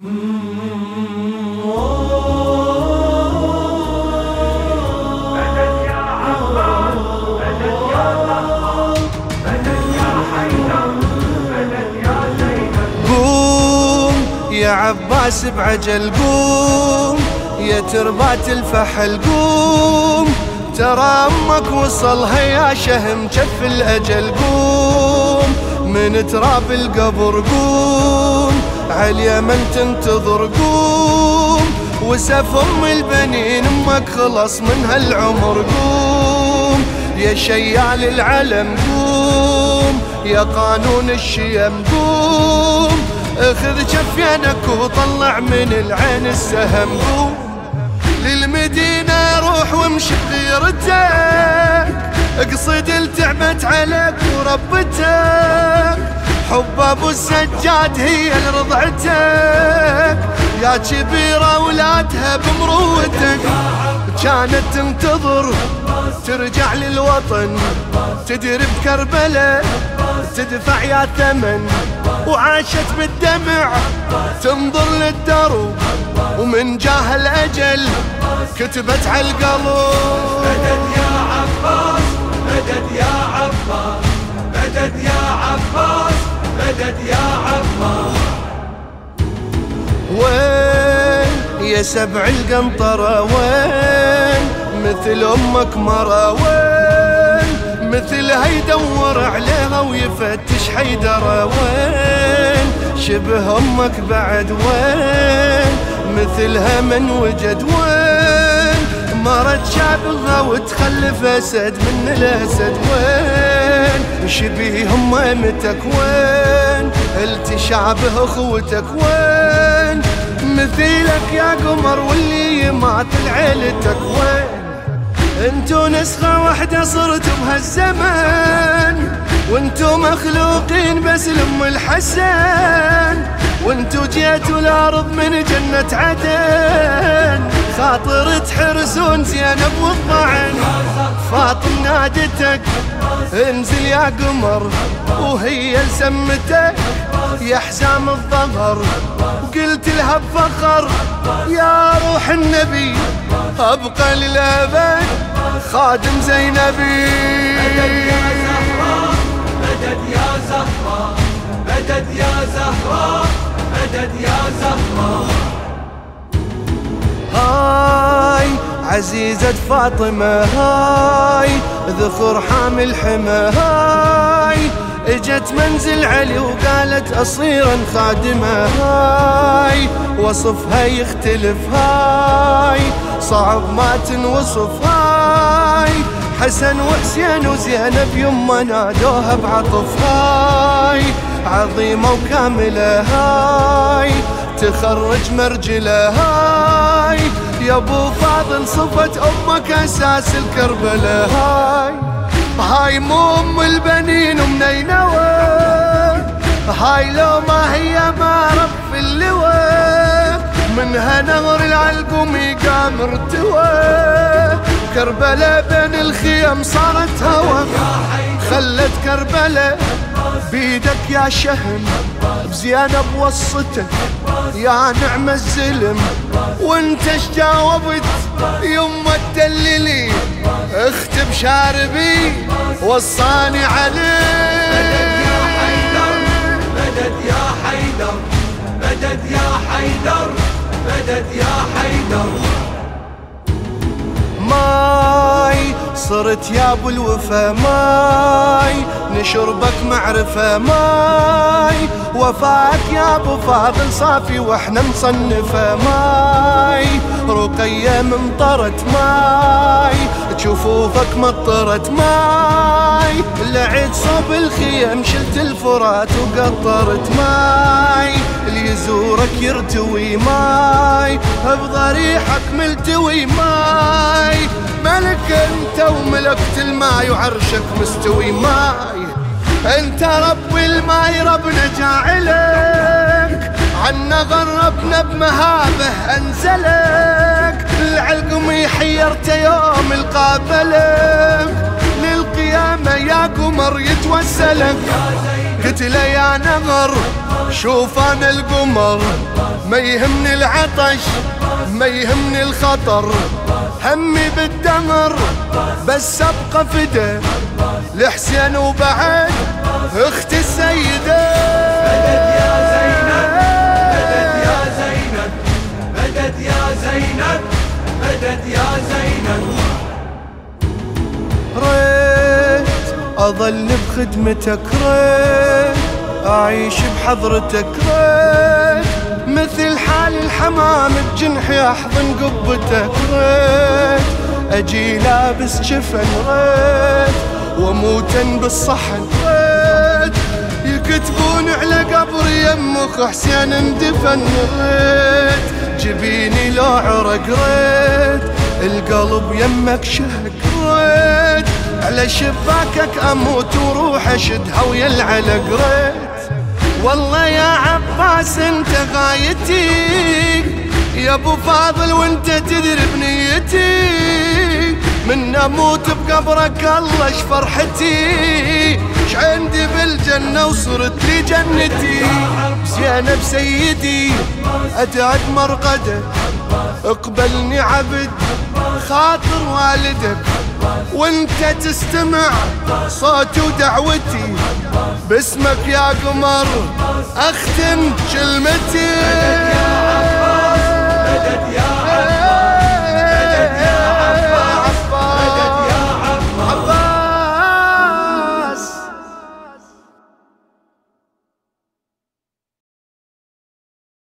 قوم يا عباس بعجل قوم يا تربات الفحل قوم، ترى امك وصلها يا شهم جف الاجل قوم، من تراب القبر قوم عاليمن تنتظر قوم، وسف ام البنين امك خلص من هالعمر قوم، يا شيال العلم قوم يا قانون الشيم قوم، اخذ جفينك وطلع من العين السهم قوم، للمدينة روح وامشي بغيرتك، اقصد التعبت عليك وربتك، حب ابو السجاد هي رضعتك، يا كبيرة ولادها بمروتك، كانت تنتظر ترجع للوطن، تدري بكربلاء تدفع يا ثمن، وعاشت بالدمع تنظر للدرب، ومن جاه الأجل كتبت على القلب مدد يا عباس مدد يا عباس مدد يا عباس مدد يا عباس. وين يا سبع القنطرة وين مثل أمك مرة، وين مثلها يدور عليها ويفتش حيدرة، وين شبه أمك بعد وين مثلها من وجد، وين مرت شابها وتخلف أسد من الأسد، وين شبيه أمتك وين التشابه أخوتك، وين مثيلك يا قمر واللي مات لعيلتك، وين انتو نسخة واحدة صرتوا بهالزمن، وانتو مخلوقين بس لأم الحسن، وانتو جيتوا الأرض من جنة عدن، خاطر تحرسون زينب والطعن، فاطم نادتك انزل يا قمر، وهي لسمتك يا حزام الظهر، وقلت لها بفخر يا روح النبي أبقى للأبد خادم زينبي. مدد يا زهراء مدد يا زهراء مدد يا زهراء. هاي عزيزة فاطمة هاي ذخر حامل حمى، هاي اجت منزل علي وقالت اصيرا خادمة، هاي وصفها يختلف هاي صعب ما تنوصف، هاي حسن وحسين وزينب يما نادوها بعطف، هاي عظيمة وكاملة هاي تخرج مرجلة، هاي يا ابو فاضل صفت امك اساس الكربلة، هاي مو ام البنين ام نينوى، هاي لو ما هي ما رب اللوى، منها نهر العلقم قام ارتوى، كربلة بين الخيم صارت هوى، خلت كربلة بيدك يا شهم، بزينب وصتك يا نعم الزلم، وانت جاوبت يما تدللي اختب شاربي وصاني عليه. مدد يا حيدر مدد يا حيدر مدد يا حيدر. ماي صرت يا ابو الوفا ماي نشربك معرفة، ماي وفاك يا ابو فاضل صافي واحنا مصنفة، ماي رقية ممطرت ماي جفوفك مطرت، ماي لعيد صوب الخيم شلت الفرات وقطرت، ماي اللي يزورك يرتوي ماي بضريحك ملتوي، ماي ملك انت وملكت الماي وعرشك مستوي، ماي انت رب الماي ربنا جاعلك، عنا غربنا بمهابه انزلك، العلقم حيرت يوم القابله، للقيامه يا قمر يتوسلك، قلت له يا نغر شوف انا القمر ما يهمني العطش ما يهمني الخطر، همي بالدمر بس ابقى فدا لحسين وبعد اختي السيدة. مدد يا زينب مدد يا زينب مدد يا زينب مدد يا زينب. ريت اظل بخدمتك، ريت اعيش بحضرتك، ريت مثل حال الحمام بجنحي احضن قبتك، ريت اجي لابس جفن، ريت واموتن بالصحن، ريت يكتبون على قبري يمك حسين اندفن، ريت جبيني لو عرق، ريت القلب يمك شهق، ريت على شباكك اموت وروح اشدها ويا العلق، ريت والله يا عباس انت غايتي يا ابو فاضل وانت تدري بنيتي، من اموت بقبرك الله اش فرحتي، ش عندي بالجنه وصرت لي جنتي. زينب سيدي اتعد مرقدك، اقبلني عبد خاطر والدك، وانت تستمع صوتي ودعوتي، باسمك يا قمر اختم كلمتي. مدد يا عباس مدد يا